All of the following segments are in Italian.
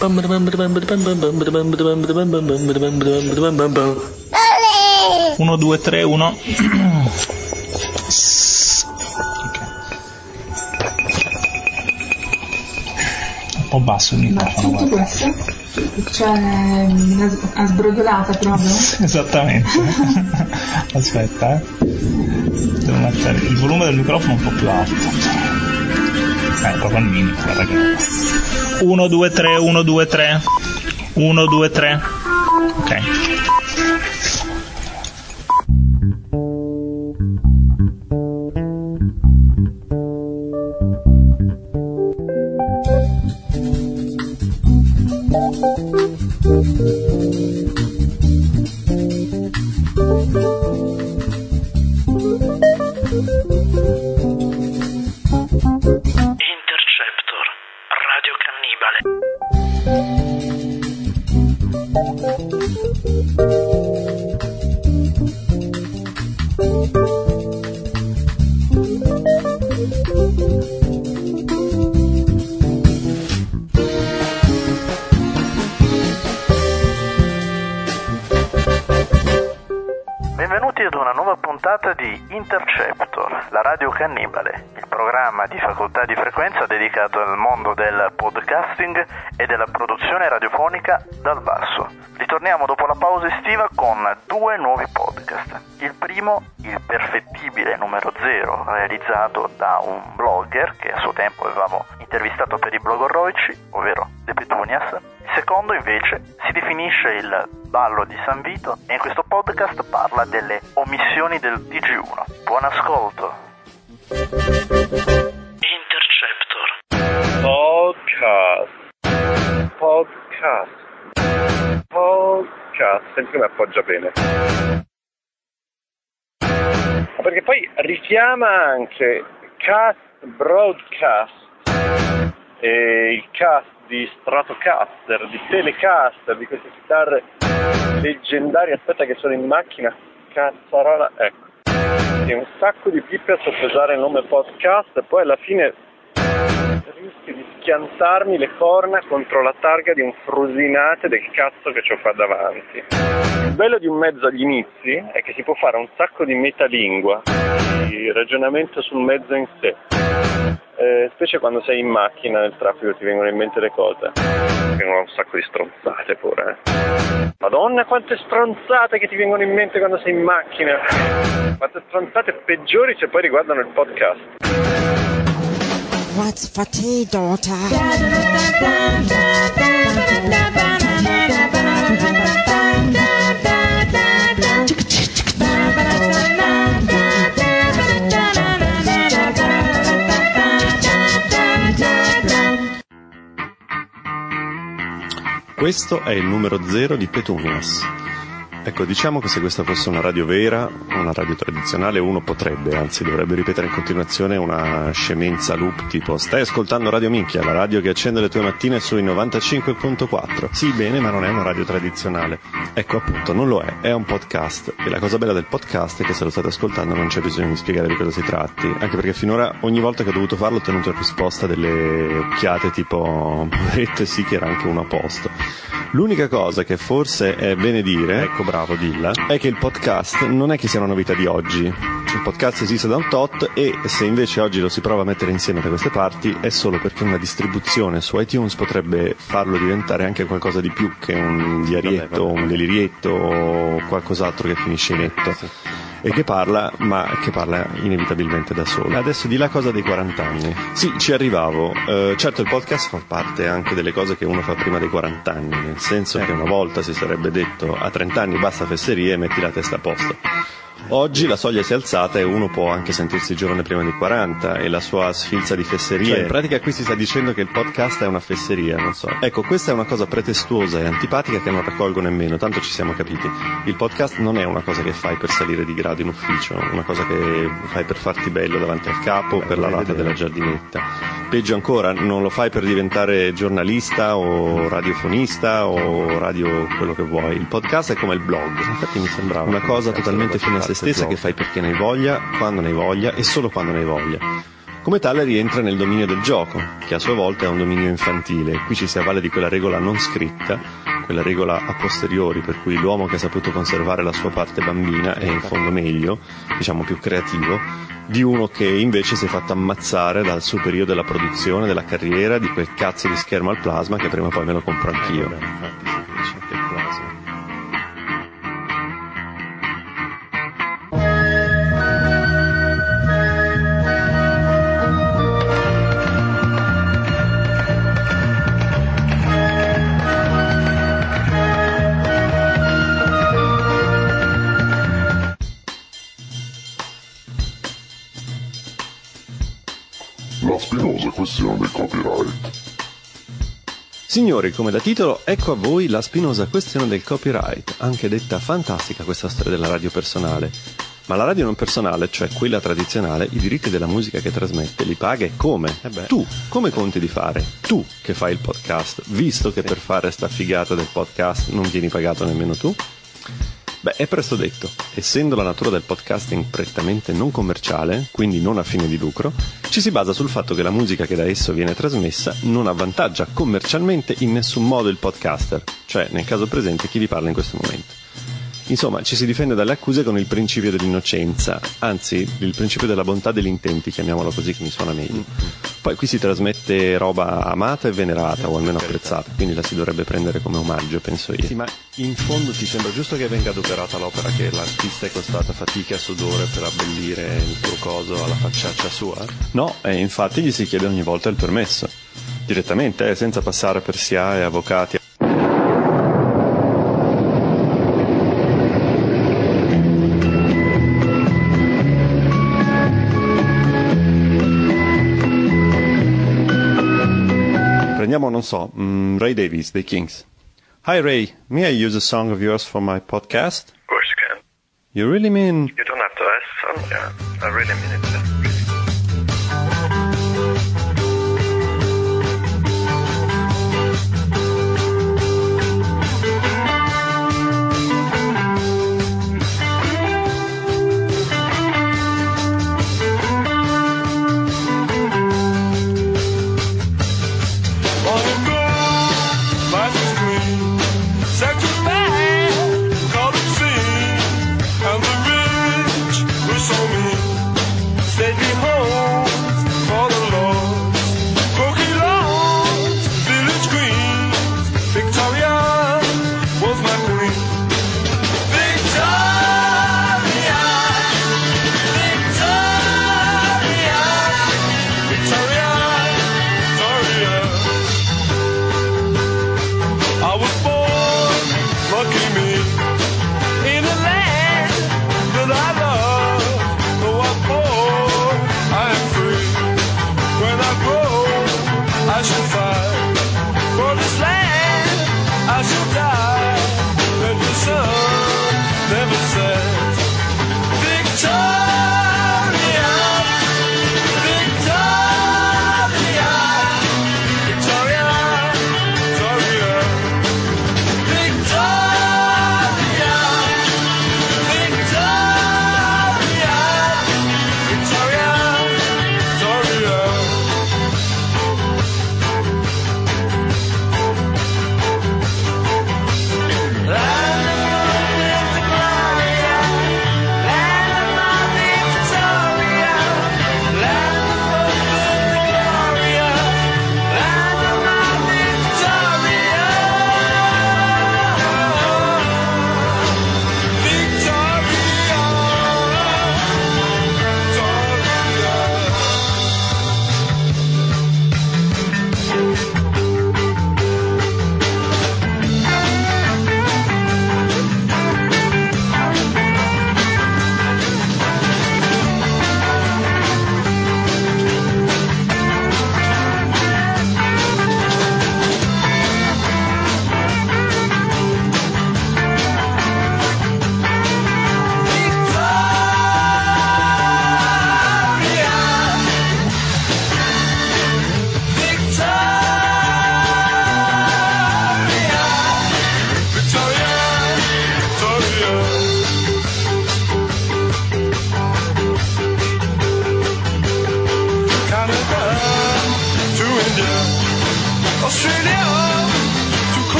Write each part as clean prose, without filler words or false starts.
1, 2, 3, 1. Un po' basso il microfono. Ma tutto questo? Cioè, ha sbrodolata proprio? Esattamente. Aspetta, devo mettere il volume del microfono un po' più alto. Proprio al minimo, guarda che 1, 2, 3, 1, 2, 3. 1, 2, 3. Ok. Benvenuti ad una nuova puntata di Interceptor, la radio cannibale, il programma di facoltà di frequenza dedicato al mondo del podcasting e della produzione radiofonica dal basso. Ritorniamo dopo la pausa estiva con 2 nuovi podcast. Il primo, il perfettibile numero 0, realizzato da un blogger che a suo tempo avevamo intervistato per i blogoroici, ovvero De Petunias. Il secondo invece si definisce il ballo di San Vito e in questo podcast parla delle omissioni del TG1. Buon ascolto. Interceptor. Podcast. Senti come appoggia bene. Ma perché poi richiama anche cast broadcast e il cast di Stratocaster, di Telecaster, di queste chitarre leggendarie. Aspetta che sono in macchina, cazzarola, ecco. È un sacco di pippe a soppesare il nome podcast e poi alla fine rischio di schiantarmi le corna contro la targa di un frusinate del cazzo che c'ho qua davanti. Il bello di un mezzo agli inizi è che si può fare un sacco di metalingua, di ragionamento sul mezzo in sé. Specie quando sei in macchina nel traffico ti vengono in mente le cose. Vengono un sacco di stronzate pure. Madonna quante stronzate che ti vengono in mente quando sei in macchina. Quante stronzate peggiori se poi riguardano il podcast. What's for tea, daughter? Questo è il numero 0 di Petunias. Ecco, diciamo che se questa fosse una radio vera, una radio tradizionale, uno potrebbe, anzi dovrebbe ripetere in continuazione una scemenza loop tipo: stai ascoltando Radio Minchia, la radio che accende le tue mattine sui 95.4. Sì, bene, ma non è una radio tradizionale. Ecco, appunto, non lo è un podcast. E la cosa bella del podcast è che se lo state ascoltando non c'è bisogno di spiegare di cosa si tratti, anche perché finora ogni volta che ho dovuto farlo ho ottenuto in risposta delle occhiate tipo poveretto, e sì che era anche uno a posto. L'unica cosa che forse è bene dire, ecco bravo dilla, è che il podcast non è che sia una novità di oggi. Il podcast esiste da un tot e se invece oggi lo si prova a mettere insieme da queste parti è solo perché una distribuzione su iTunes potrebbe farlo diventare anche qualcosa di più che un diarietto, un delirietto o qualcos'altro che finisce in etto. Sì. E che parla, ma che parla inevitabilmente da solo. Adesso di la cosa dei 40 anni. Sì, ci arrivavo. Certo il podcast fa parte anche delle cose che uno fa prima dei 40 anni, nel senso che una volta si sarebbe detto a 30 anni basta fesserie e metti la testa a posto. Oggi la soglia si è alzata e uno può anche sentirsi giovane prima di 40 e la sua sfilza di fesserie. Cioè, in pratica qui si sta dicendo che il podcast è una fesseria, non so. Ecco, questa è una cosa pretestuosa e antipatica che non raccolgo nemmeno, tanto ci siamo capiti. Il podcast non è una cosa che fai per salire di grado in ufficio, una cosa che fai per farti bello davanti al capo o per la lata della giardinetta. Peggio ancora, non lo fai per diventare giornalista o radiofonista o radio quello che vuoi. Il podcast è come il blog. Infatti mi sembrava una cosa totalmente fine a se stessa che fai perché ne hai voglia, quando ne hai voglia e solo quando ne hai voglia. Come tale rientra nel dominio del gioco, che a sua volta è un dominio infantile. Qui ci si avvale di quella regola non scritta, quella regola a posteriori, per cui l'uomo che ha saputo conservare la sua parte bambina è in fondo meglio, diciamo più creativo, di uno che invece si è fatto ammazzare dal suo periodo della produzione, della carriera, di quel cazzo di schermo al plasma che prima o poi me lo compro anch'io. Infatti si capisce che il plasma. La spinosa questione del copyright. Signori, come da titolo, ecco a voi la spinosa questione del copyright, anche detta fantastica questa storia della radio personale. Ma la radio non personale, cioè quella tradizionale, i diritti della musica che trasmette li paga e come? Tu, come conti di fare? Tu che fai il podcast, visto che per fare sta figata del podcast non vieni pagato nemmeno tu? Beh, è presto detto. Essendo la natura del podcasting prettamente non commerciale, quindi non a fine di lucro, ci si basa sul fatto che la musica che da esso viene trasmessa non avvantaggia commercialmente in nessun modo il podcaster, cioè nel caso presente chi vi parla in questo momento. Insomma, ci si difende dalle accuse con il principio dell'innocenza, anzi, il principio della bontà degli intenti, chiamiamolo così che mi suona meglio. Poi qui si trasmette roba amata e venerata, o almeno apprezzata, quindi la si dovrebbe prendere come omaggio, penso io. Sì, ma in fondo ti sembra giusto che venga adoperata l'opera che l'artista è costata fatica e sudore per abbellire il tuo coso alla facciaccia sua? No, e infatti gli si chiede ogni volta il permesso. Direttamente, senza passare per SIAE e avvocati. Prendiamo, non so, Ray Davies, dei Kings. Hi Ray, may I use a song of yours for my podcast? Of course you can. You really mean... You don't have to ask, son. Yeah, I really mean it. Said we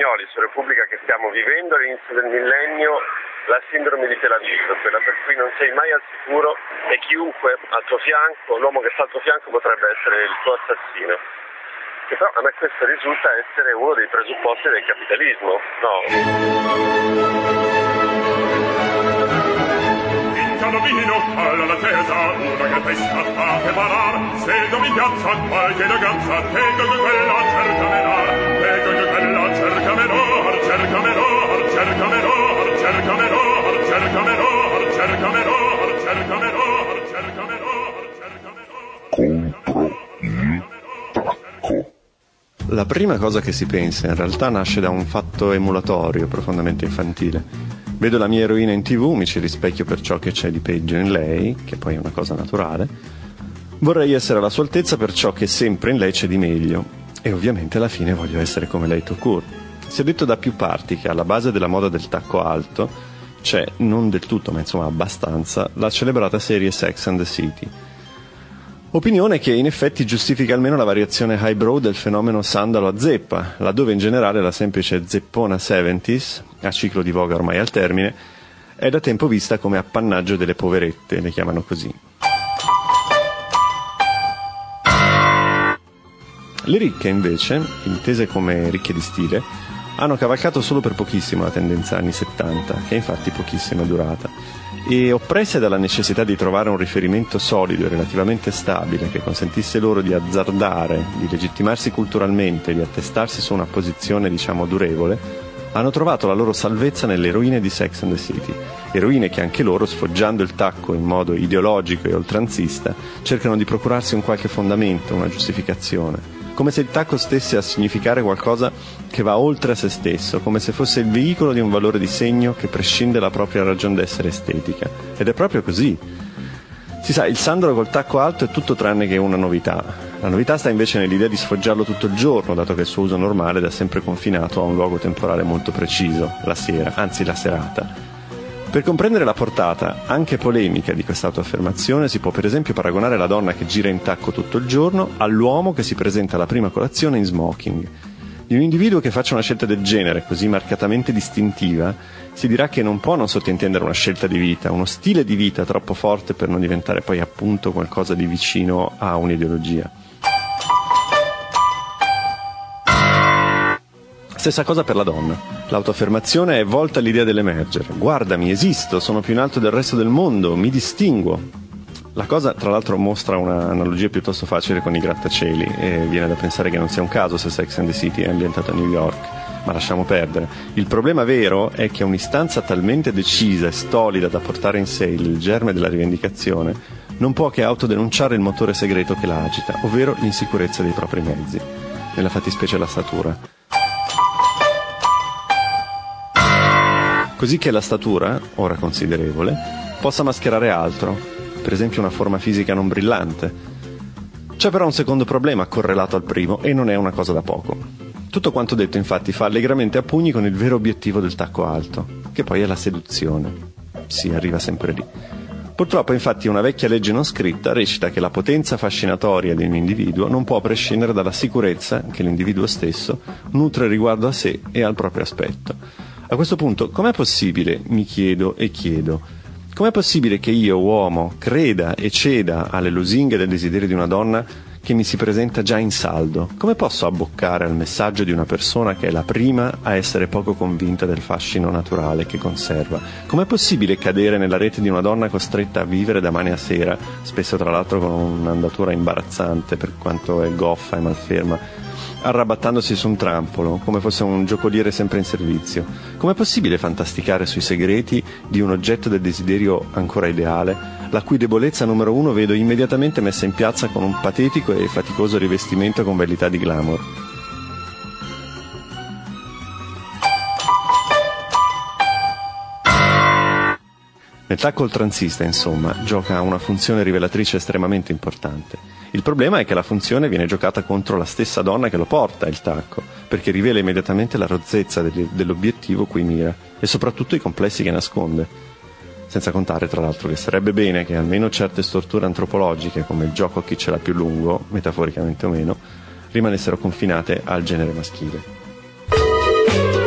spagnoli su Repubblica che stiamo vivendo all'inizio del millennio la sindrome di Tel Aviv, quella per cui non sei mai al sicuro e chiunque al tuo fianco, l'uomo che sta al tuo fianco potrebbe essere il tuo assassino. E però a me questo risulta essere uno dei presupposti del capitalismo, no? Vino alla la tesa, una che fai scappare e parar, se domi in piazza qualche ragazza, tengo che quella cercamela, tengo che quella cercamelo, cercamelo, cercamelo, cercamelo, cercamelo, cercamelo, cercamelo, cercamelo, cercamelo. Contro il tacco. La prima cosa che si pensa in realtà nasce da un fatto emulatorio profondamente infantile. Vedo la mia eroina in TV, mi ci rispecchio per ciò che c'è di peggio in lei, che poi è una cosa naturale. Vorrei essere alla sua altezza per ciò che sempre in lei c'è di meglio. E ovviamente alla fine voglio essere come lei tout court. Si è detto da più parti che alla base della moda del tacco alto c'è, non del tutto, ma insomma abbastanza, la celebrata serie Sex and the City. Opinione che in effetti giustifica almeno la variazione highbrow del fenomeno sandalo a zeppa, laddove in generale la semplice zeppona 70s, a ciclo di voga ormai al termine, è da tempo vista come appannaggio delle poverette, le chiamano così. Le ricche invece, intese come ricche di stile, hanno cavalcato solo per pochissimo la tendenza anni 70, che è infatti pochissima durata. E oppresse dalla necessità di trovare un riferimento solido e relativamente stabile che consentisse loro di azzardare, di legittimarsi culturalmente, di attestarsi su una posizione, diciamo, durevole, hanno trovato la loro salvezza nelle eroine di Sex and the City. Eroine che anche loro, sfoggiando il tacco in modo ideologico e oltranzista, cercano di procurarsi un qualche fondamento, una giustificazione. Come se il tacco stesse a significare qualcosa che va oltre a se stesso, come se fosse il veicolo di un valore di segno che prescinde dalla propria ragion d'essere estetica. Ed è proprio così. Si sa, il sandalo col tacco alto è tutto tranne che una novità. La novità sta invece nell'idea di sfoggiarlo tutto il giorno, dato che il suo uso normale è da sempre confinato a un luogo temporale molto preciso, la sera, anzi la serata. Per comprendere la portata, anche polemica, di quest'autoaffermazione, si può per esempio paragonare la donna che gira in tacco tutto il giorno all'uomo che si presenta alla prima colazione in smoking. Di un individuo che faccia una scelta del genere, così marcatamente distintiva, si dirà che non può non sottintendere una scelta di vita, uno stile di vita troppo forte per non diventare poi appunto qualcosa di vicino a un'ideologia. Stessa cosa per la donna. L'autoaffermazione è volta all'idea dell'emergere. Guardami, esisto, sono più in alto del resto del mondo, mi distinguo. La cosa, tra l'altro, mostra un'analogia piuttosto facile con i grattacieli e viene da pensare che non sia un caso se Sex and the City è ambientato a New York, ma lasciamo perdere. Il problema vero è che un'istanza talmente decisa e stolida da portare in sé il germe della rivendicazione non può che autodenunciare il motore segreto che la agita, ovvero l'insicurezza dei propri mezzi, nella fattispecie la statura. Così che la statura, ora considerevole, possa mascherare altro, per esempio una forma fisica non brillante. C'è però un secondo problema correlato al primo e non è una cosa da poco. Tutto quanto detto infatti fa allegramente a pugni con il vero obiettivo del tacco alto, che poi è la seduzione. Si arriva sempre lì. Purtroppo infatti una vecchia legge non scritta recita che la potenza fascinatoria di un individuo non può prescindere dalla sicurezza che l'individuo stesso nutre riguardo a sé e al proprio aspetto. A questo punto, com'è possibile, mi chiedo e chiedo, com'è possibile che io, uomo, creda e ceda alle lusinghe del desiderio di una donna che mi si presenta già in saldo? Come posso abboccare al messaggio di una persona che è la prima a essere poco convinta del fascino naturale che conserva? Com'è possibile cadere nella rete di una donna costretta a vivere da mane a sera, spesso tra l'altro con un'andatura imbarazzante per quanto è goffa e malferma, arrabattandosi su un trampolo, come fosse un giocoliere sempre in servizio? Com'è possibile fantasticare sui segreti di un oggetto del desiderio ancora ideale, la cui debolezza numero 1 vedo immediatamente messa in piazza con un patetico e faticoso rivestimento con velleità di glamour? Nel tacco oltranzista, insomma, gioca una funzione rivelatrice estremamente importante. Il problema è che la funzione viene giocata contro la stessa donna che lo porta, il tacco, perché rivela immediatamente la rozzezza dell'obiettivo cui mira e soprattutto i complessi che nasconde. Senza contare, tra l'altro, che sarebbe bene che almeno certe storture antropologiche, come il gioco a chi ce l'ha più lungo, metaforicamente o meno, rimanessero confinate al genere maschile.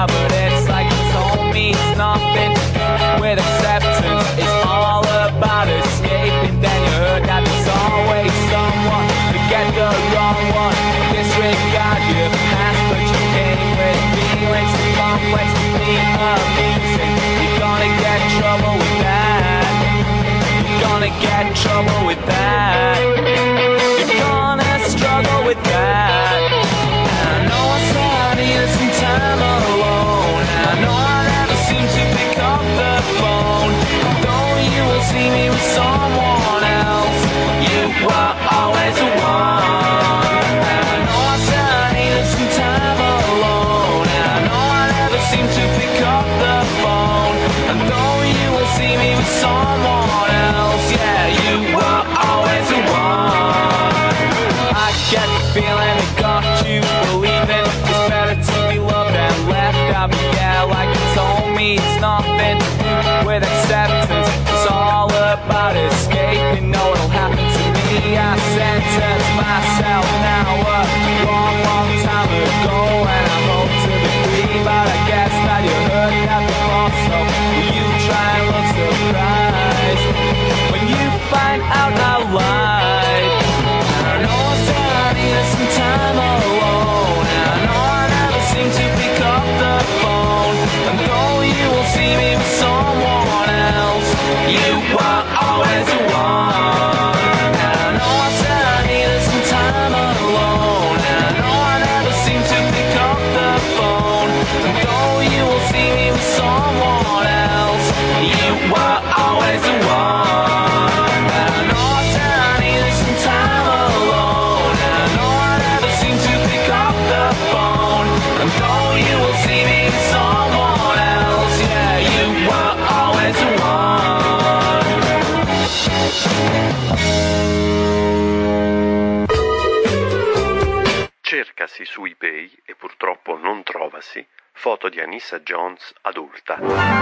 now, but it's like you told me it's nothing. With acceptance, it's all about escaping. Then you heard that there's always someone to get the wrong one. Disregard your past, but you came with feelings and complex to be amusing. You're gonna get trouble with that. You're gonna get trouble with that. You're gonna struggle with that. And I know I said I needed some time alone. And I know I never seem to pick up the phone. Though you will see me with someone else, you were always the one. And I know I said I needed some time alone. And I know I never seem to pick up the phone. And though you will see me with someone else, yeah, you were always the one. I get the feeling it got you believing it's better to be loved and left out. But yeah, like you told me, it's nothing. With acceptance, it's all about escaping. No, it'll happen to me. I sentenced myself now a long, long time ago, and I hope to be free. But I guess that you heard that before, so will you try and look surprised when you find out I lied? And I know I said I needed some time alone, and I know I never seem to pick up the phone. And though you will see me with someone else, you were always the one. And I know I said I needed some time alone, and I know I never seem to pick up the phone. And though you will see me with someone else, you were always the one. And I know I said I needed some time alone, and I know I never seem to pick up the phone. And though you will see me with someone else, yeah, you were always the one. Cercasi su eBay e purtroppo non trovasi foto di Anissa Jones adulta.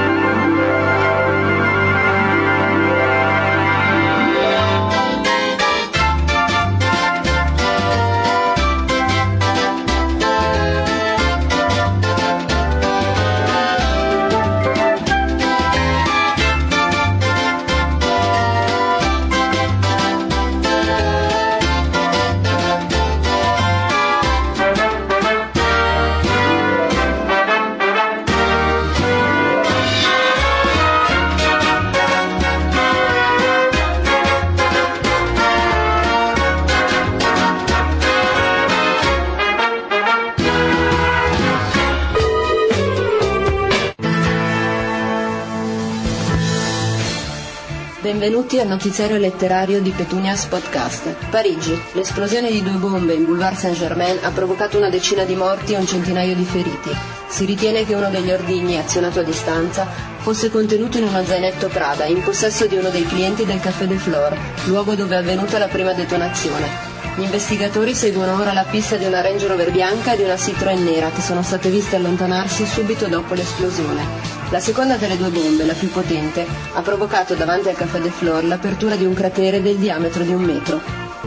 Benvenuti al notiziario letterario di Petunia's Podcast. Parigi. L'esplosione di 2 bombe in Boulevard Saint-Germain ha provocato una decina di morti e un centinaio di feriti. Si ritiene che uno degli ordigni, azionato a distanza, fosse contenuto in uno zainetto Prada, in possesso di uno dei clienti del Café de Flore, luogo dove è avvenuta la prima detonazione. Gli investigatori seguono ora la pista di una Range Rover bianca e di una Citroën nera che sono state viste allontanarsi subito dopo l'esplosione. La seconda delle 2 bombe, la più potente, ha provocato davanti al Café de Flore l'apertura di un cratere del diametro di 1 metro.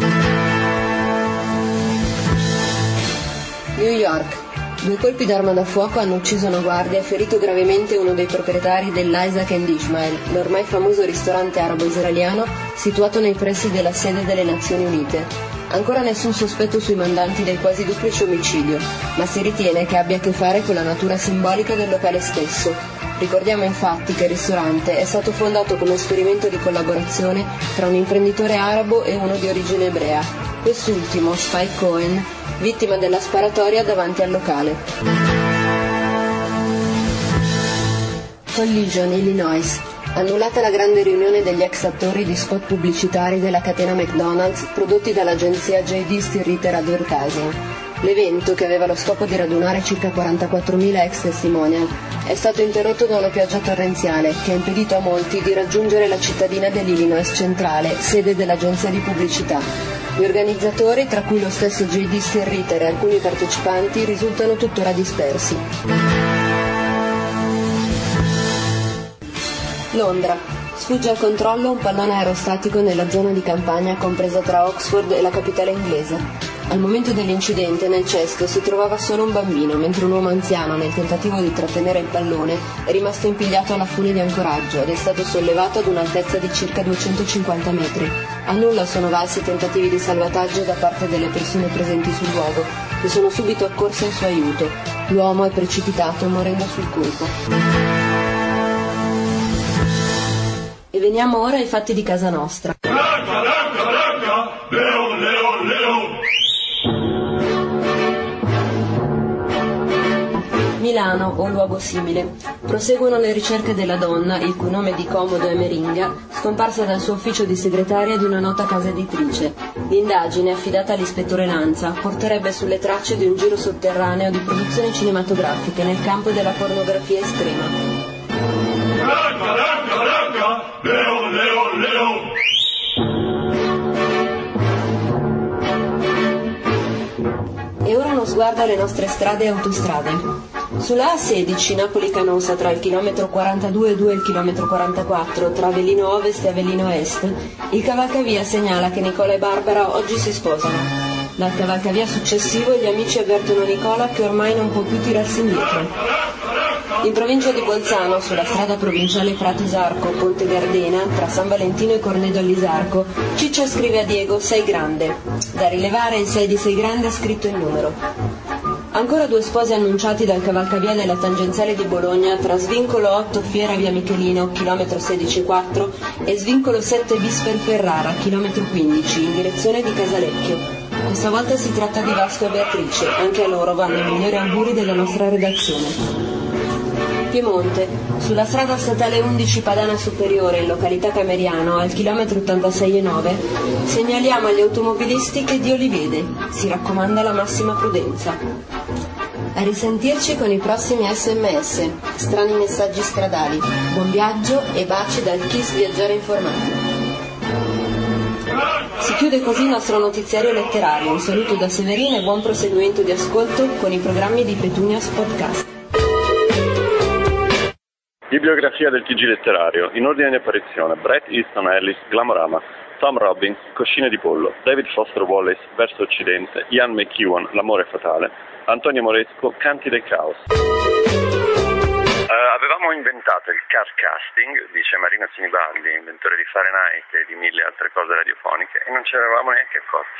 New York. 2 colpi d'arma da fuoco hanno ucciso una guardia e ferito gravemente uno dei proprietari dell'Isaac and Ishmael, l'ormai famoso ristorante arabo-israeliano situato nei pressi della sede delle Nazioni Unite. Ancora nessun sospetto sui mandanti del quasi duplice omicidio, ma si ritiene che abbia a che fare con la natura simbolica del locale stesso. Ricordiamo infatti che il ristorante è stato fondato come esperimento di collaborazione tra un imprenditore arabo e uno di origine ebrea. Quest'ultimo, Spike Cohen, vittima della sparatoria davanti al locale. Collision, Illinois. Annullata la grande riunione degli ex attori di spot pubblicitari della catena McDonald's prodotti dall'agenzia J.D. Stirriter Advertising. L'evento, che aveva lo scopo di radunare circa 44.000 ex testimonial, è stato interrotto da una pioggia torrenziale che ha impedito a molti di raggiungere la cittadina dell'Illinois centrale, sede dell'agenzia di pubblicità. Gli organizzatori, tra cui lo stesso J.D. Stirriter e alcuni partecipanti, risultano tuttora dispersi. Londra. Sfugge al controllo un pallone aerostatico nella zona di campagna compresa tra Oxford e la capitale inglese. Al momento dell'incidente nel cesto si trovava solo un bambino, mentre un uomo anziano, nel tentativo di trattenere il pallone, è rimasto impigliato alla fune di ancoraggio ed è stato sollevato ad un'altezza di circa 250 metri. A nulla sono valsi i tentativi di salvataggio da parte delle persone presenti sul luogo, che sono subito accorse in suo aiuto. L'uomo è precipitato morendo sul colpo. E veniamo ora ai fatti di casa nostra. Milano o luogo simile. Proseguono le ricerche della donna, il cui nome di comodo è Meringa, scomparsa dal suo ufficio di segretaria di una nota casa editrice. L'indagine, affidata all'ispettore Lanza, porterebbe sulle tracce di un giro sotterraneo di produzioni cinematografiche nel campo della pornografia estrema. E ora uno sguardo alle nostre strade e autostrade. Sulla A16 Napoli-Canosa, tra il chilometro 42,2 e il chilometro 44, tra Avellino Ovest e Avellino Est, il cavalcavia segnala che Nicola e Barbara oggi si sposano. Dal cavalcavia successivo gli amici avvertono Nicola che ormai non può più tirarsi indietro. In provincia di Bolzano, sulla strada provinciale Prato-Isarco-Ponte Gardena, tra San Valentino e Cornedo all'Isarco, Ciccia scrive a Diego "Sei grande". Da rilevare il 6 di Sei grande è scritto in numero. Ancora 2 sposi annunciati dal cavalcavia della tangenziale di Bologna tra svincolo 8 Fiera via Michelino, chilometro 16,4 e svincolo 7 bis per Ferrara, chilometro 15, in direzione di Casalecchio. Questa volta si tratta di Vasco e Beatrice, anche a loro vanno i migliori auguri della nostra redazione. Piemonte, sulla strada statale 11 Padana Superiore, in località Cameriano, al chilometro 86,9, segnaliamo agli automobilisti che Dio li vede, si raccomanda la massima prudenza. A risentirci con i prossimi SMS, strani messaggi stradali, buon viaggio e baci dal Kiss Viaggiare Informato. Si chiude così il nostro notiziario letterario. Un saluto da Severina e buon proseguimento di ascolto con i programmi di Petunia's Podcast. Bibliografia del TG letterario. In ordine di apparizione: Bret Easton Ellis, Glamorama; Tom Robbins, Coscine di pollo; David Foster Wallace, Verso Occidente; Ian McEwan, L'amore fatale; Antonio Moresco, Canti del caos. Avevamo inventato il car casting, dice Marino Sinibaldi, inventore di Fahrenheit e di 1000 altre cose radiofoniche, e non ci eravamo neanche accorti.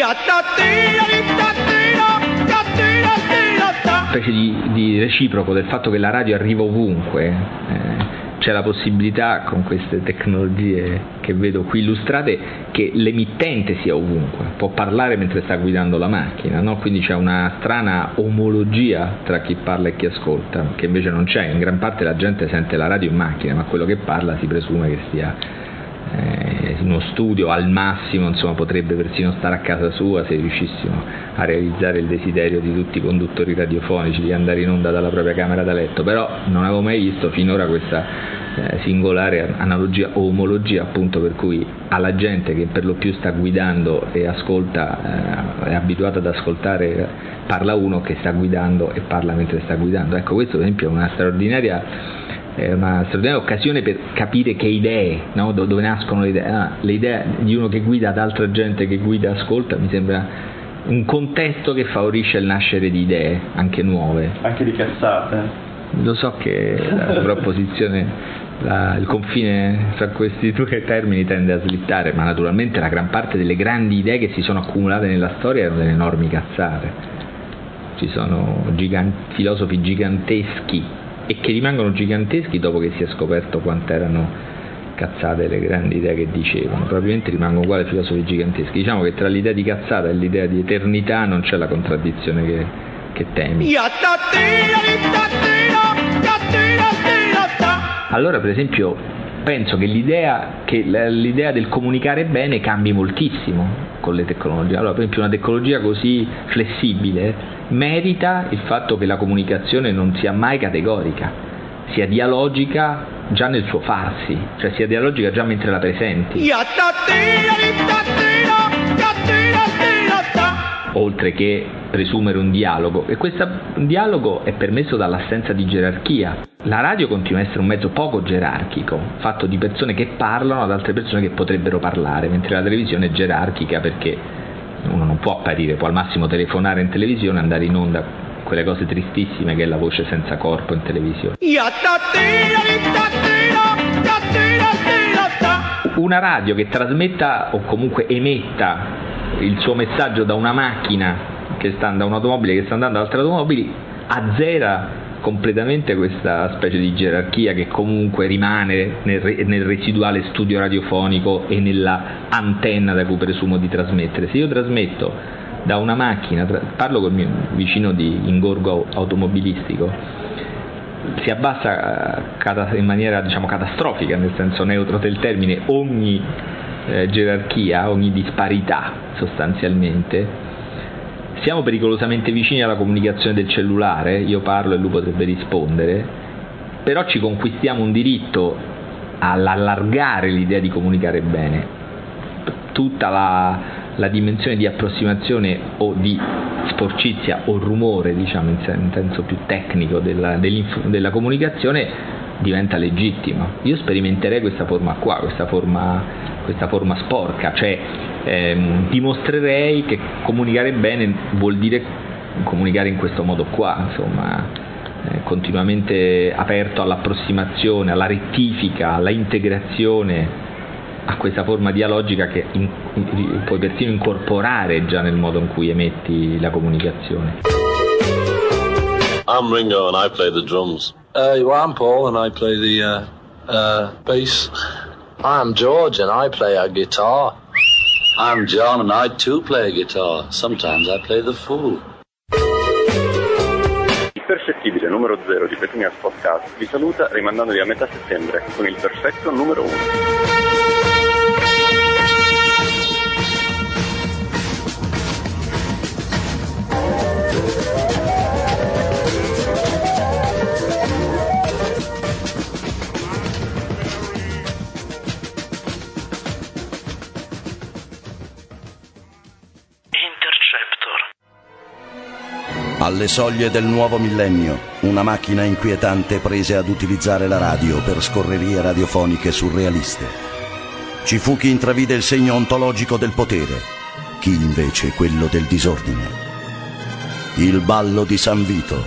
Specie di reciproco del fatto che la radio arriva ovunque. C'è la possibilità, con queste tecnologie che vedo qui illustrate, che l'emittente sia ovunque, può parlare mentre sta guidando la macchina, no? Quindi c'è una strana omologia tra chi parla e chi ascolta, che invece non c'è. In gran parte la gente sente la radio in macchina, ma quello che parla si presume che stia in uno studio, al massimo, insomma, potrebbe persino stare a casa sua se riuscissimo a realizzare il desiderio di tutti i conduttori radiofonici di andare in onda dalla propria camera da letto. Però non avevo mai visto finora questa singolare analogia o omologia, appunto, per cui alla gente che per lo più sta guidando e ascolta, è abituata ad ascoltare, parla uno che sta guidando e parla mentre sta guidando. Ecco, questo per esempio è una straordinaria occasione per capire che idee, no? Dove nascono le idee. Le idee di uno che guida ad altra gente che guida e ascolta, mi sembra un contesto che favorisce il nascere di idee anche nuove, anche di cazzate. Lo so che la sovrapposizione, il confine fra questi due termini tende a slittare, ma naturalmente la gran parte delle grandi idee che si sono accumulate nella storia erano delle enormi cazzate. Ci sono filosofi giganteschi e che rimangono giganteschi dopo che si è scoperto quanto erano cazzate le grandi idee che dicevano. Probabilmente rimangono uguali filosofi giganteschi. Diciamo che tra l'idea di cazzata e l'idea di eternità non c'è la contraddizione che temi. Allora, per esempio, penso che l'idea del comunicare bene cambi moltissimo con le tecnologie. Allora, per esempio, una tecnologia così flessibile merita il fatto che la comunicazione non sia mai categorica, sia dialogica già nel suo farsi, cioè sia dialogica già mentre la presenti, oltre che presumere un dialogo. E questo dialogo è permesso dall'assenza di gerarchia. La radio continua a essere un mezzo poco gerarchico, fatto di persone che parlano ad altre persone che potrebbero parlare, mentre la televisione è gerarchica perché uno non può apparire, può al massimo telefonare in televisione, andare in onda, quelle cose tristissime che è la voce senza corpo in televisione. Una radio che trasmetta o comunque emetta il suo messaggio da una macchina da un'automobile che sta andando ad altre automobili azzera completamente questa specie di gerarchia che comunque rimane nel residuale studio radiofonico e nella antenna da cui presumo di trasmettere. Se io trasmetto da una macchina, parlo col mio vicino di ingorgo automobilistico, si abbassa in maniera catastrofica, nel senso neutro del termine, ogni gerarchia, ogni disparità sostanzialmente. Siamo pericolosamente vicini alla comunicazione del cellulare, io parlo e lui potrebbe rispondere, però ci conquistiamo un diritto all'allargare l'idea di comunicare bene. Tutta la dimensione di approssimazione o di sporcizia o rumore, diciamo in senso più tecnico della comunicazione, diventa legittima. Io sperimenterei questa forma qua, questa forma sporca, cioè dimostrerei che comunicare bene vuol dire comunicare in questo modo qua, insomma, continuamente aperto all'approssimazione, alla rettifica, alla integrazione, a questa forma dialogica che puoi persino incorporare già nel modo in cui emetti la comunicazione. I'm Ringo and I play the drums. I'm Paul and I play the bass. I'm George and I play a guitar. I'm John and I too play a guitar. Sometimes I play the fool. Il perfettibile numero 0 di Petunia Podcast vi saluta rimandandovi a metà settembre con il perfetto numero 1. Alle soglie del nuovo millennio, una macchina inquietante prese ad utilizzare la radio per scorrerie radiofoniche surrealiste. Ci fu chi intravide il segno ontologico del potere, chi invece quello del disordine. Il ballo di San Vito.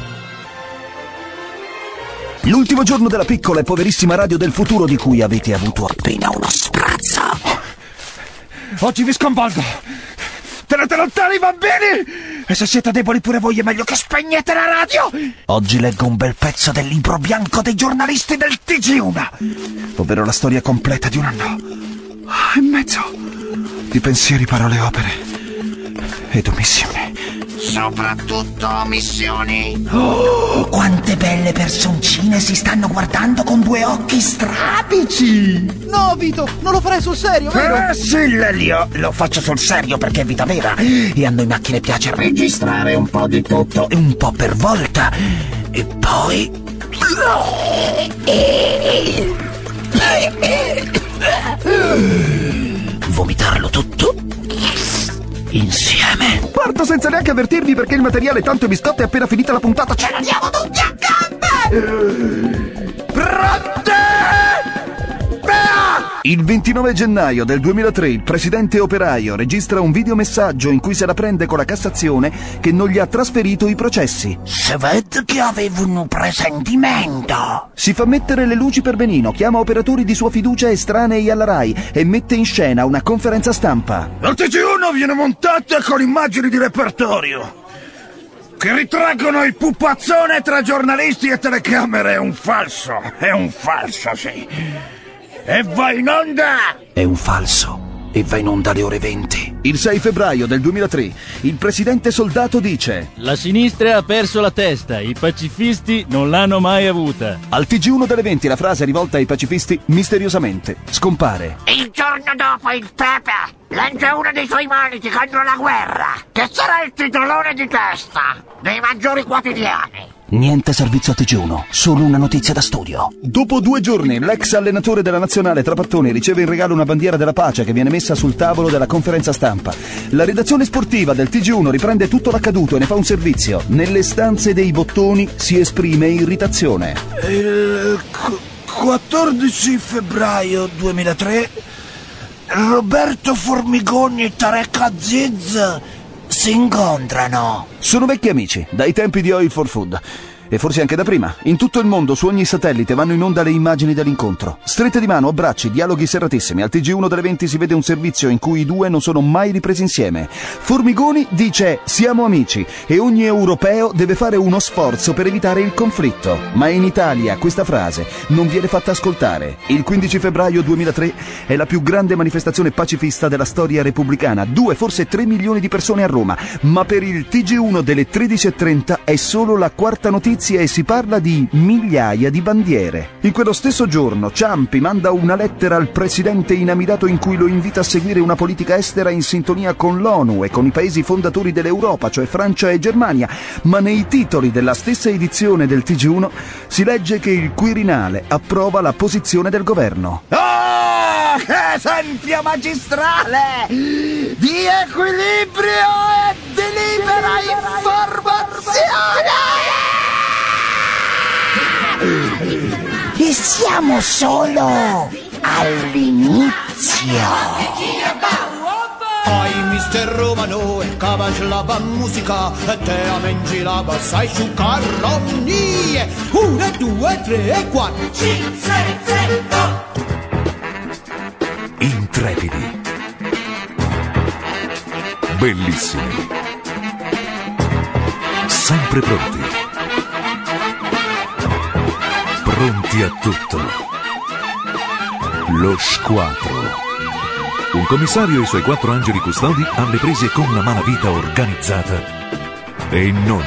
L'ultimo giorno della piccola e poverissima radio del futuro di cui avete avuto appena uno sprazzo. Oggi vi sconvolgo. Tenete lontani i bambini! E se siete deboli pure voi è meglio che spegnete la radio! Oggi leggo un bel pezzo del libro bianco dei giornalisti del TG1, ovvero la storia completa di un anno e mezzo di pensieri, parole, opere ed omissioni. Soprattutto omissioni. Oh, quante belle personcine si stanno guardando con due occhi strabici. No, Vito, non lo farai sul serio, vero? Sì, Lelio, lo faccio sul serio perché è vita vera e a noi macchine piace registrare un po' di tutto, un po' per volta e poi vomitarlo tutto insieme. Parto senza neanche avvertirvi perché il materiale è tanto biscotto e appena finita la puntata ce l'andiamo tutti a gambe! Pronte? Il 29 gennaio del 2003 il presidente operaio registra un videomessaggio in cui se la prende con la Cassazione che non gli ha trasferito i processi. Si vede che avevo un presentimento. Si fa mettere le luci per benino, chiama operatori di sua fiducia estranei alla RAI e mette in scena una conferenza stampa. La TG1 viene montata con immagini di repertorio che ritraggono il pupazzone tra giornalisti e telecamere. È un falso, sì. E va in onda! È un falso e va in onda alle ore 20. Il 6 febbraio del 2003 il presidente Soldato dice: la sinistra ha perso la testa, i pacifisti non l'hanno mai avuta. Al TG1 delle 20 la frase rivolta ai pacifisti misteriosamente scompare. Il giorno dopo il Pepe lancia uno dei suoi moniti contro la guerra, che sarà il titolone di testa dei maggiori quotidiani. Niente servizio a TG1, solo una notizia da studio. Dopo 2 giorni, l'ex allenatore della nazionale Trapattoni riceve in regalo una bandiera della pace che viene messa sul tavolo della conferenza stampa. La redazione sportiva del TG1 riprende tutto l'accaduto e ne fa un servizio. Nelle stanze dei bottoni si esprime irritazione. Il 14 febbraio 2003 Roberto Formigoni e Tarek Aziz si incontrano. Sono vecchi amici, dai tempi di Oil for Food. E forse anche da prima. In tutto il mondo, su ogni satellite, vanno in onda le immagini dell'incontro. Strette di mano, abbracci, dialoghi serratissimi. Al TG1 delle 20 si vede un servizio in cui i due non sono mai ripresi insieme. Formigoni dice siamo amici e ogni europeo deve fare uno sforzo per evitare il conflitto. Ma in Italia questa frase non viene fatta ascoltare. Il 15 febbraio 2003 è la più grande manifestazione pacifista della storia repubblicana. 2, forse 3 milioni di persone a Roma. Ma per il TG1 delle 13:30 è solo la quarta notizia e si parla di migliaia di bandiere. In quello stesso giorno Ciampi manda una lettera al presidente inamidato in cui lo invita a seguire una politica estera in sintonia con l'ONU e con i paesi fondatori dell'Europa, cioè Francia e Germania, ma nei titoli della stessa edizione del TG1 si legge che il Quirinale approva la posizione del governo. Oh, che esempio magistrale di equilibrio e di libera informazione! E siamo solo all'inizio. Ai mister Romano e cavaglava musica e te a mengilava sai su carronie 1, 2, 3, 4 5, 6, 7 Intrepidi, bellissimi, sempre pronti a tutto. Lo Squadro. Un commissario e i suoi 4 angeli custodi alle prese con la malavita organizzata e non.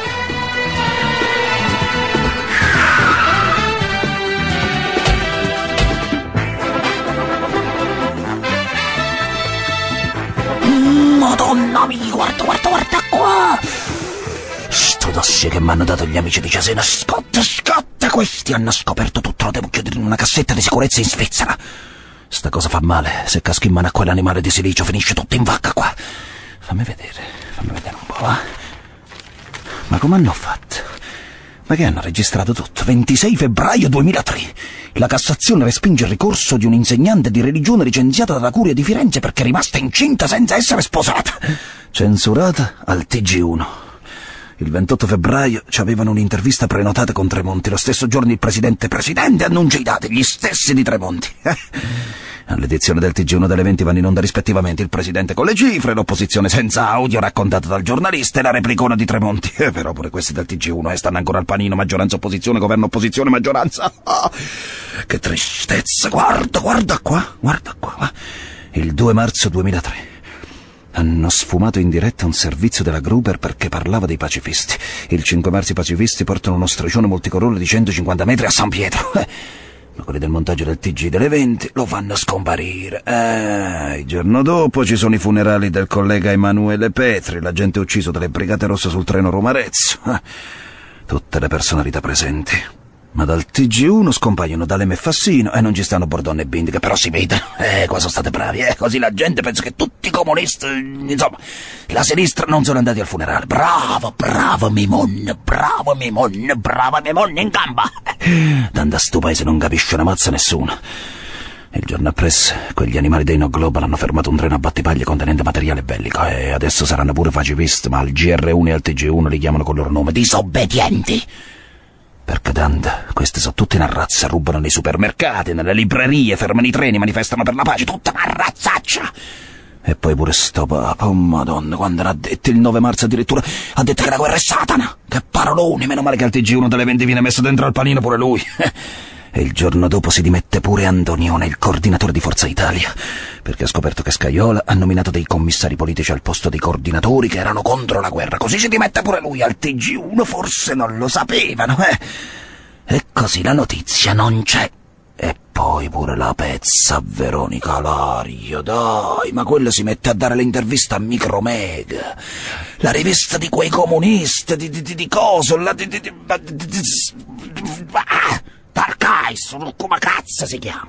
Madonna mia, guarda qua! Sto dossier che mi hanno dato gli amici di Cesena, scotta! Questi hanno scoperto tutto, lo devo chiudere in una cassetta di sicurezza in Svizzera. Sta cosa fa male, se caschi in mano a quell'animale di silicio finisce tutto in vacca qua. Fammi vedere un po', va? Ma come hanno fatto? Ma che hanno registrato tutto? 26 febbraio 2003. La Cassazione respinge il ricorso di un insegnante di religione licenziata dalla Curia di Firenze perché è rimasta incinta senza essere sposata. Censurata al TG1. Il 28 febbraio ci avevano un'intervista prenotata con Tremonti. Lo stesso giorno il presidente annuncia i dati, gli stessi di Tremonti. All'edizione del TG1 delle 20 vanno in onda rispettivamente il presidente con le cifre, l'opposizione senza audio raccontata dal giornalista e la replicona di Tremonti. Però pure questi del TG1 stanno ancora al panino, maggioranza opposizione, governo opposizione, maggioranza. Che tristezza, guarda qua. Il 2 marzo 2003. Hanno sfumato in diretta un servizio della Gruber perché parlava dei pacifisti. Il 5 marzo i pacifisti portano uno striscione multicolore di 150 metri a San Pietro. Ma quelli del montaggio del TG delle 20 lo fanno scomparire. Il giorno dopo ci sono i funerali del collega Emanuele Petri, l'agente ucciso dalle Brigate Rosse sul treno Roma-Arezzo. Tutte le personalità presenti. Ma dal TG1 scompaiono D'Alema e Fassino e non ci stanno Bordone e Bindi, che però si vedono. Qua sono state bravi, così la gente pensa che tutti i comunisti, insomma, la sinistra non sono andati al funerale. Bravo Mimon, in gamba. Tanto a sto paese non capisce una mazza nessuno. Il giorno appresso, quegli animali dei No Global hanno fermato un treno a battipaglie contenente materiale bellico e adesso saranno pure pacifisti, ma al GR1 e al TG1 li chiamano con il loro nome, disobbedienti. Perché tanto, questi sono tutti una razza, rubano nei supermercati, nelle librerie, fermano i treni, manifestano per la pace, tutta una razzaccia. E poi pure sto papa, oh madonna, quando l'ha detto il 9 marzo addirittura, ha detto che la guerra è Satana. Che paroloni, meno male che al TG1 delle 20 viene messo dentro al panino pure lui. E il giorno dopo si dimette pure Antonione, il coordinatore di Forza Italia, perché ha scoperto che Scajola ha nominato dei commissari politici al posto dei coordinatori che erano contro la guerra. Così si dimette pure lui. Al TG1 forse non lo sapevano, E così la notizia non c'è. E poi pure la pezza a Veronica Lario, dai, ma quella si mette a dare l'intervista a Micromega, la rivista di quei comunisti, di coso, Tarkais, come cazzo si chiama.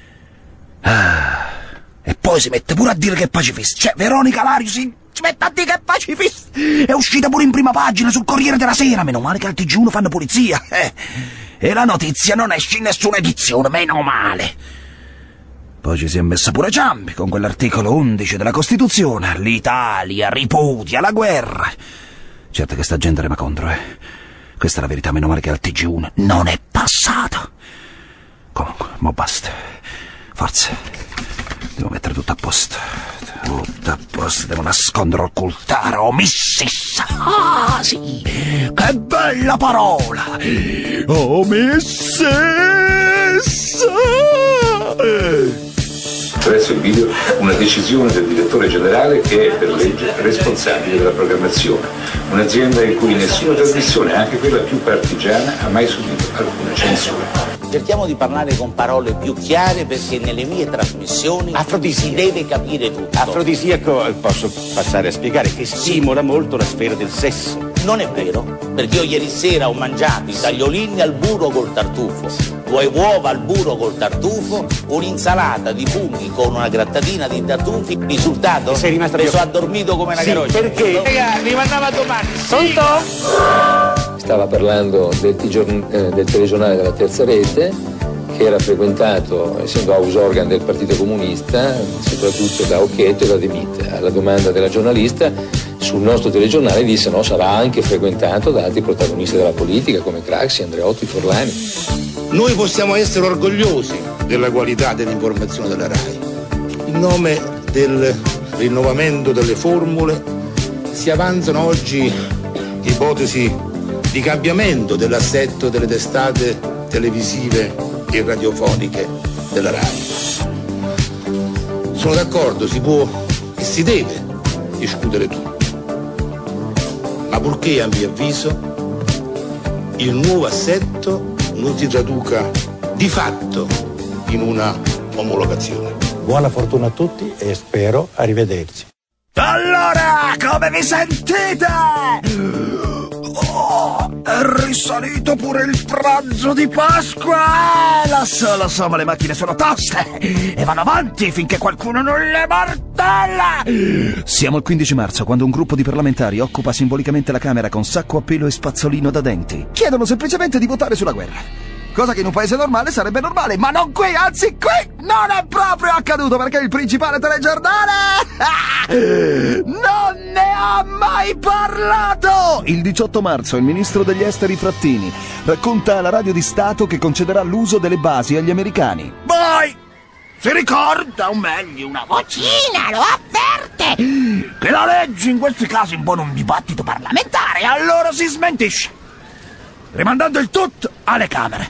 E poi si mette pure a dire che è pacifista. Cioè, Veronica Lario si mette a dire che è pacifista. È uscita pure in prima pagina sul Corriere della Sera. Meno male che al TG1 fanno pulizia. E la notizia non esce in nessuna edizione, meno male. Poi ci si è messa pure Ciampi con quell'articolo 11 della Costituzione. L'Italia ripudia la guerra. Certo che sta gente rema contro, Questa è la verità, meno male che al TG1 non è passata. Comunque, mo basta. Forza. Devo mettere tutto a posto. Tutto a posto, devo nascondere, occultare, omissis. Ah, sì! Che bella parola! Omissis! Attraverso il video una decisione del direttore generale che è per legge responsabile della programmazione, un'azienda in cui nessuna trasmissione, anche quella più partigiana, ha mai subito alcuna censura. Cerchiamo di parlare con parole più chiare perché nelle mie trasmissioni si deve capire tutto. Afrodisiaco, posso passare a spiegare che stimola molto la sfera del sesso. Non è vero, perché io ieri sera ho mangiato i tagliolini al burro col tartufo, 2 uova al burro col tartufo, un'insalata di funghi con una grattatina di tartufi. Risultato? Sei rimasto mi sono addormito come una carogna. Perché? Mi mandava domani. Pronto? Stava parlando del telegiornale della Terza Rete, che era frequentato, essendo house organ del Partito Comunista, soprattutto da Occhetto e da De Mita. Alla domanda della giornalista, sul nostro telegiornale disse no, sarà anche frequentato da altri protagonisti della politica come Craxi, Andreotti, Forlani. Noi possiamo essere orgogliosi della qualità dell'informazione della RAI. In nome del rinnovamento delle formule si avanzano oggi ipotesi di cambiamento dell'assetto delle testate televisive e radiofoniche della RAI. Sono d'accordo, si può e si deve discutere tutto, ma purché, a mio avviso, il nuovo assetto non si traduca di fatto in una omologazione. Buona fortuna a tutti e spero arrivederci. Allora, come vi sentite? Oh, è risalito pure il pranzo di Pasqua! Lo so, ma le macchine sono toste e vanno avanti finché qualcuno non le martella! Siamo il 15 marzo, quando un gruppo di parlamentari occupa simbolicamente la Camera con sacco a pelo e spazzolino da denti. Chiedono semplicemente di votare sulla guerra. Cosa che in un paese normale sarebbe normale, ma non qui, anzi qui non è proprio accaduto perché il principale telegiornale non ne ha mai parlato! Il 18 marzo il ministro degli esteri Frattini racconta alla radio di Stato che concederà l'uso delle basi agli americani. Poi si ricorda, o meglio, una vocina lo avverte che la legge in questi casi impone un dibattito parlamentare e allora si smentisce, rimandando il tutto alle Camere.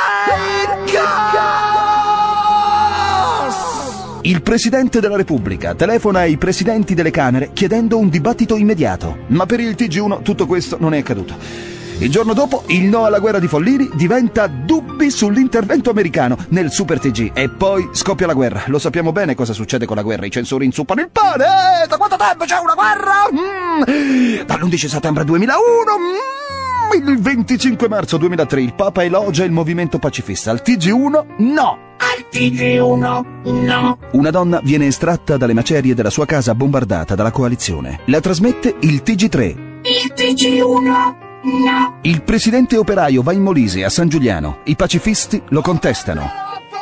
Il Presidente della Repubblica telefona ai Presidenti delle Camere chiedendo un dibattito immediato, ma per il TG1 tutto questo non è accaduto. Il giorno dopo il no alla guerra di Follini diventa dubbi sull'intervento americano nel Super TG e poi scoppia la guerra. Lo sappiamo bene cosa succede con la guerra, i censori inzuppano il pane. Da quanto tempo c'è una guerra? Dall'11 settembre 2001. Il 25 marzo 2003 il Papa elogia il movimento pacifista. Al TG1 no. Al TG1 no. Una donna viene estratta dalle macerie della sua casa bombardata dalla coalizione. La trasmette il TG3. Il TG1 no. Il presidente operaio va in Molise a San Giuliano. I pacifisti lo contestano.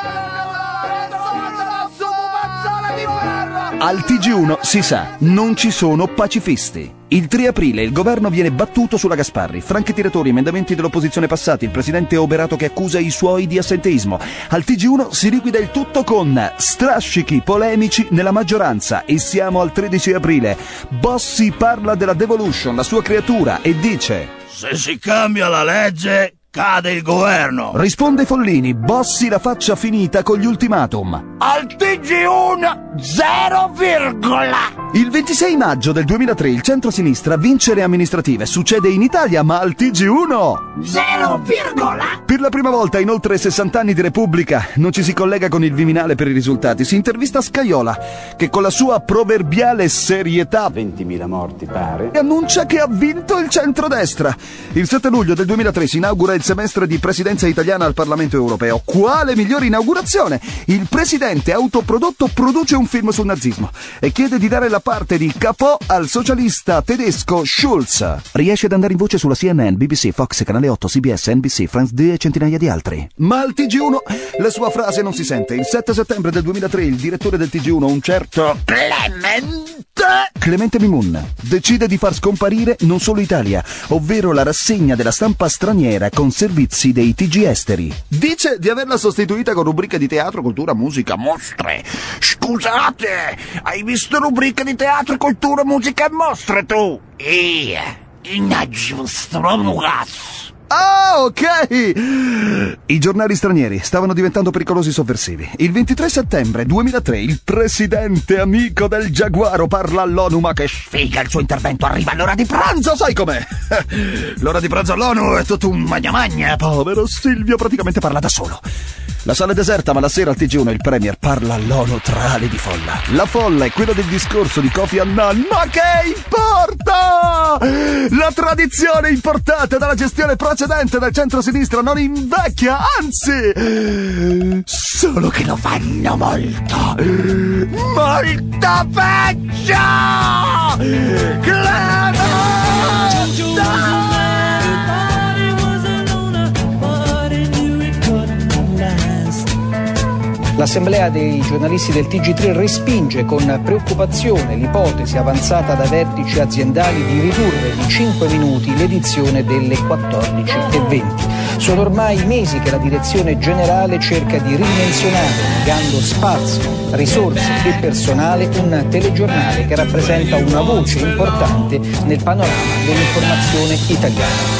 Al TG1 si sa, non ci sono pacifisti. Il 3 aprile il governo viene battuto sulla Gasparri. Franchi tiratori, emendamenti dell'opposizione passati, il presidente oberato che accusa i suoi di assenteismo. Al TG1 si liquida il tutto con strascichi polemici nella maggioranza e siamo al 13 aprile. Bossi parla della devolution, la sua creatura, e dice: se si cambia la legge, cade il governo. Risponde Follini, Bossi la faccia finita con gli ultimatum. Al TG1 0, il 26 maggio del 2003 il centro-sinistra vince le amministrative. Succede in Italia, ma al TG1 0, per la prima volta in oltre 60 anni di Repubblica non ci si collega con il Viminale per i risultati. Si intervista Scajola, che con la sua proverbiale serietà, 20.000 morti pare, annuncia che ha vinto il centrodestra. Il 7 luglio del 2003 si inaugura il semestre di presidenza italiana al Parlamento europeo. Quale migliore inaugurazione? Il presidente autoprodotto produce un film sul nazismo e chiede di dare la parte di capo al socialista tedesco Schulz. Riesce ad andare in voce sulla CNN, BBC, Fox, Canale 8, CBS, NBC, France 2 e centinaia di altri. Ma al TG1 la sua frase non si sente. Il 7 settembre del 2003 il direttore del TG1, un certo Clemente Mimun, decide di far scomparire Non Solo Italia, ovvero la rassegna della stampa straniera con servizi dei TG esteri. Dice di averla sostituita con rubriche di teatro, cultura, musica, mostre. Scusate, hai visto rubriche di teatro, cultura, musica e mostre tu? Ah, ok! I giornali stranieri stavano diventando pericolosi sovversivi. Il 23 settembre 2003 il presidente amico del Giaguaro parla all'ONU, ma che sfiga il suo intervento, arriva all'ora di pranzo, sai com'è? L'ora di pranzo all'ONU è tutto un magna. Povero Silvio praticamente parla da solo. La sala è deserta, ma la sera al TG1 il premier parla all'ONU tra ali di folla. La folla è quella del discorso di Kofi Annan. Ma che importa? La tradizione importata dalla gestione precedente del centro-sinistra non invecchia, anzi, solo che lo fanno molto peggio! L'assemblea dei giornalisti del TG3 respinge con preoccupazione l'ipotesi avanzata da vertici aziendali di ridurre di 5 minuti l'edizione delle 14:20. Sono ormai mesi che la direzione generale cerca di ridimensionare, negando spazio, risorse e personale, un telegiornale che rappresenta una voce importante nel panorama dell'informazione italiana.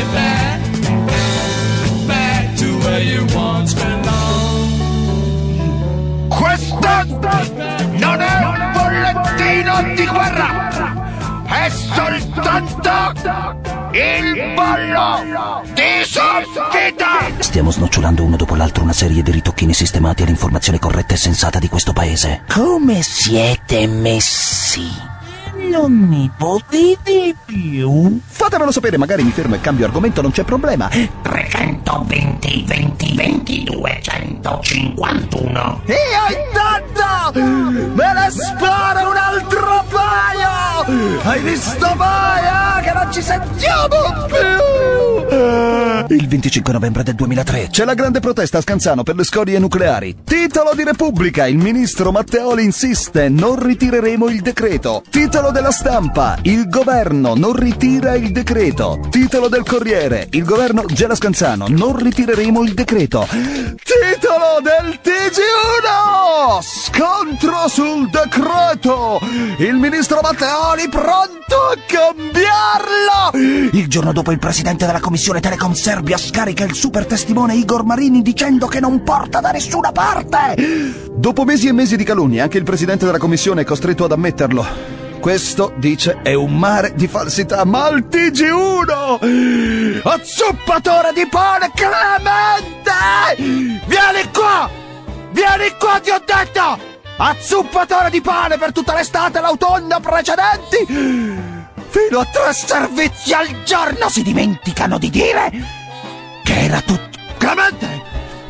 Questo non è un bollettino di guerra, è soltanto il bollo di sconfitta! Stiamo snocciolando uno dopo l'altro una serie di ritocchini sistemati all'informazione corretta e sensata di questo paese. Come siete messi? Non mi potete più? Fatemelo sapere, magari mi fermo e cambio argomento, non c'è problema. 320 20 20 251. E intanto me ne sparo un altro paio! Hai visto mai, che non ci sentiamo più! Il 25 novembre del 2003 c'è la grande protesta a Scanzano per le scorie nucleari. Titolo di Repubblica, il ministro Matteoli insiste, non ritireremo il decreto. Titolo della Stampa, il governo non ritira il decreto. Titolo del Corriere, il governo gela Scanzano, non ritireremo il decreto. Titolo del TG1, scontro sul decreto, il ministro Matteoli pronto a cambiarlo. Il giorno dopo il presidente della commissione Telecom Serbia scarica il super testimone Igor Marini dicendo che non porta da nessuna parte. Dopo mesi e mesi di calunnie anche il presidente della commissione è costretto ad ammetterlo. Questo, dice, è un mare di falsità, ma al TG1! Azzuppatore di pane, Clemente! Vieni qua! Vieni qua, ti ho detto! Azzuppatore di pane per tutta l'estate e l'autunno precedenti! Fino a 3 servizi al giorno si dimenticano di dire che era tutto... Clemente!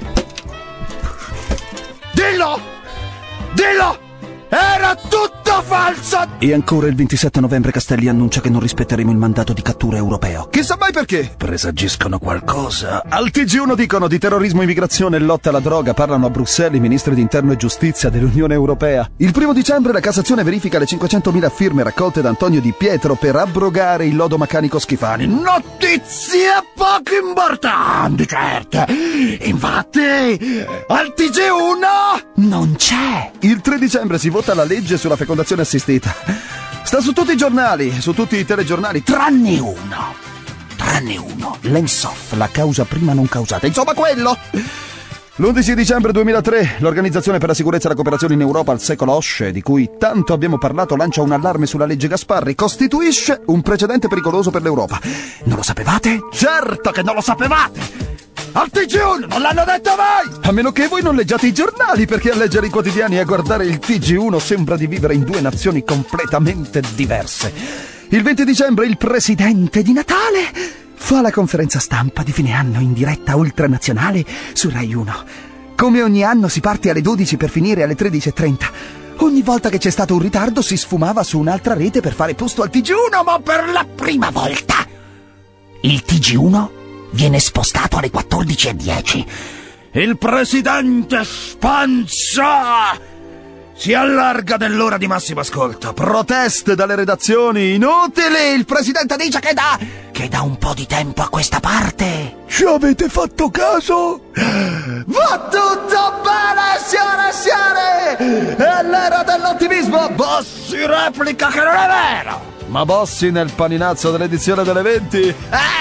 Dillo! Dillo! Era tutto falso! E ancora il 27 novembre Castelli annuncia che non rispetteremo il mandato di cattura europeo. Chissà mai perché! Presagiscono qualcosa. Al TG1 dicono di terrorismo, immigrazione e lotta alla droga. Parlano a Bruxelles i ministri di interno e giustizia dell'Unione Europea. Il 1 dicembre la Cassazione verifica le 500.000 firme raccolte da Antonio Di Pietro per abrogare il lodo Maccanico Schifani. Notizie poco importanti, certo! Infatti, al TG1 non c'è! Il 3 dicembre si vota la legge sulla fecondazione assistita. Sta su tutti i giornali, su tutti i telegiornali, tranne uno, l'ENSOF, la causa prima non causata, insomma quello. L'11 dicembre 2003 l'Organizzazione per la Sicurezza e la Cooperazione in Europa al secolo OSCE, di cui tanto abbiamo parlato, lancia un allarme sulla legge Gasparri. Costituisce un precedente pericoloso per l'Europa. Non lo sapevate? Certo che non lo sapevate! Al TG1 non l'hanno detto mai! A meno che voi non leggiate i giornali, perché a leggere i quotidiani e a guardare il TG1 sembra di vivere in 2 nazioni completamente diverse. Il 20 dicembre il presidente di Natale fa la conferenza stampa di fine anno in diretta ultranazionale su Rai 1. Come ogni anno si parte alle 12 per finire alle 13:30. Ogni volta che c'è stato un ritardo si sfumava su un'altra rete per fare posto al TG1, ma per la prima volta il TG1 viene spostato alle 14:10. Il presidente Spanza si allarga nell'ora di massimo ascolto. Proteste dalle redazioni inutili. Il presidente dice che da un po' di tempo a questa parte. Ci avete fatto caso? Va tutto bene, signore e signori! È l'era dell'ottimismo. Bossi replica che non è vero. Ma Bossi nel paninazzo dell'edizione delle 20...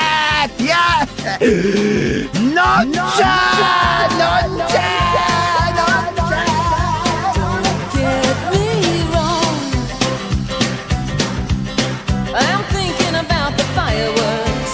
Non c'è! I'm thinking about the fireworks.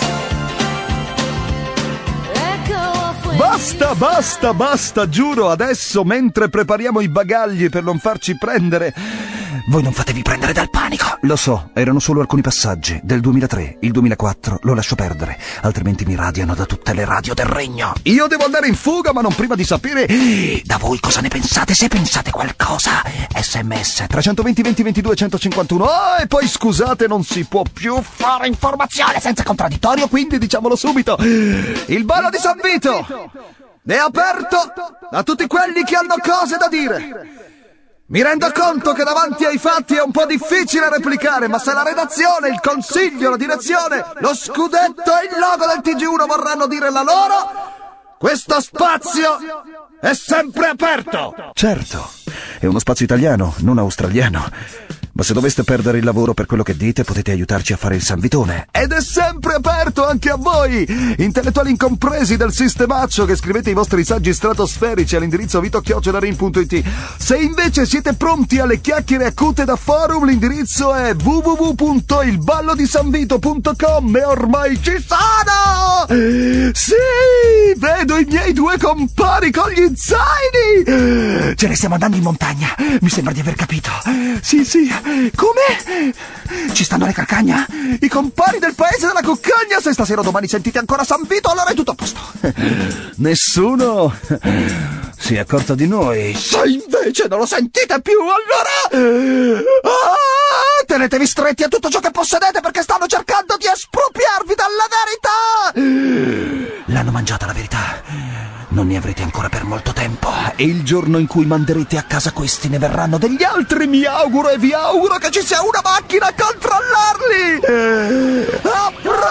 Basta, giuro, adesso mentre prepariamo i bagagli per non farci prendere... Voi non fatevi prendere dal panico. Lo so, erano solo alcuni passaggi. Del 2003, il 2004, lo lascio perdere. Altrimenti mi radiano da tutte le radio del regno. Io devo andare in fuga, ma non prima di sapere da voi cosa ne pensate, se pensate qualcosa. SMS 320 20 22 151. Oh, e poi scusate, non si può più fare informazione senza contraddittorio, quindi diciamolo subito. Il ballo di San Vito è aperto a tutti quelli che hanno cose da dire. Mi rendo conto che davanti ai fatti è un po' difficile replicare, ma se la redazione, il consiglio, la direzione, lo scudetto e il logo del TG1 vorranno dire la loro, questo spazio è sempre aperto. Certo, è uno spazio italiano, non australiano. Ma se doveste perdere il lavoro per quello che dite, potete aiutarci a fare il San Vitone. Ed è sempre aperto anche a voi, intellettuali incompresi del sistemaccio, che scrivete i vostri saggi stratosferici all'indirizzo vito@rin.it. Se invece siete pronti alle chiacchiere acute da forum, l'indirizzo è www.ilballodisanvito.com e ormai ci sono! Sì, vedo i miei due compari con gli zaini! Ce ne stiamo andando in montagna, mi sembra di aver capito. Sì. Come? Ci stanno le calcagna? I compari del paese della cuccagna? Se stasera o domani sentite ancora San Vito, allora è tutto a posto. Nessuno si è accorto di noi. Se invece non lo sentite più, allora... tenetevi stretti a tutto ciò che possedete, perché stanno cercando di espropriarvi dalla verità. L'hanno mangiata la verità. Non ne avrete ancora per molto tempo. E il giorno in cui manderete a casa questi, ne verranno degli altri. Mi auguro e vi auguro che ci sia una macchina a controllarli. A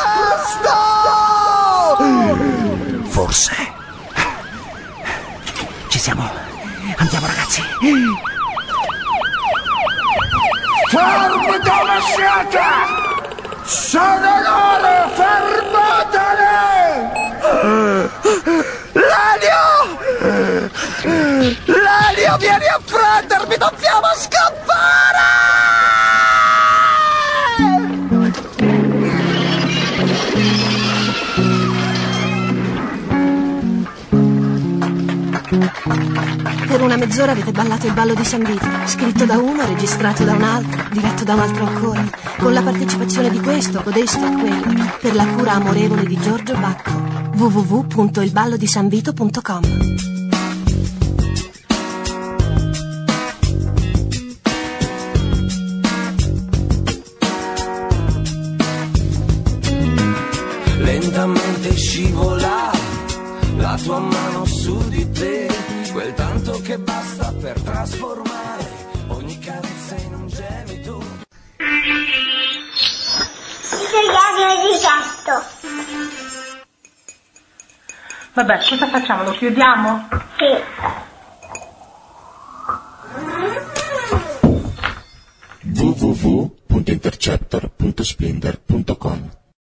presto! Forse. Ci siamo. Andiamo, ragazzi. Fermi dove siete! Sono loro! Fermateli! Lelio, vieni a prendermi, dobbiamo scappare! Per una mezz'ora avete ballato il ballo di San Vito, scritto da uno, registrato da un altro, diretto da un altro ancora, con la partecipazione di questo, codesto e quello, per la cura amorevole di Giorgio Bacco. www.ilballodisanvito.com. Lentamente scivola la tua mano su di te, quel tanto che basta per trasformare ogni carezza in un gemito. Svegliarmi di gatto. Vabbè, cosa facciamo? Lo chiudiamo? Sì. www.interceptor.splendor.com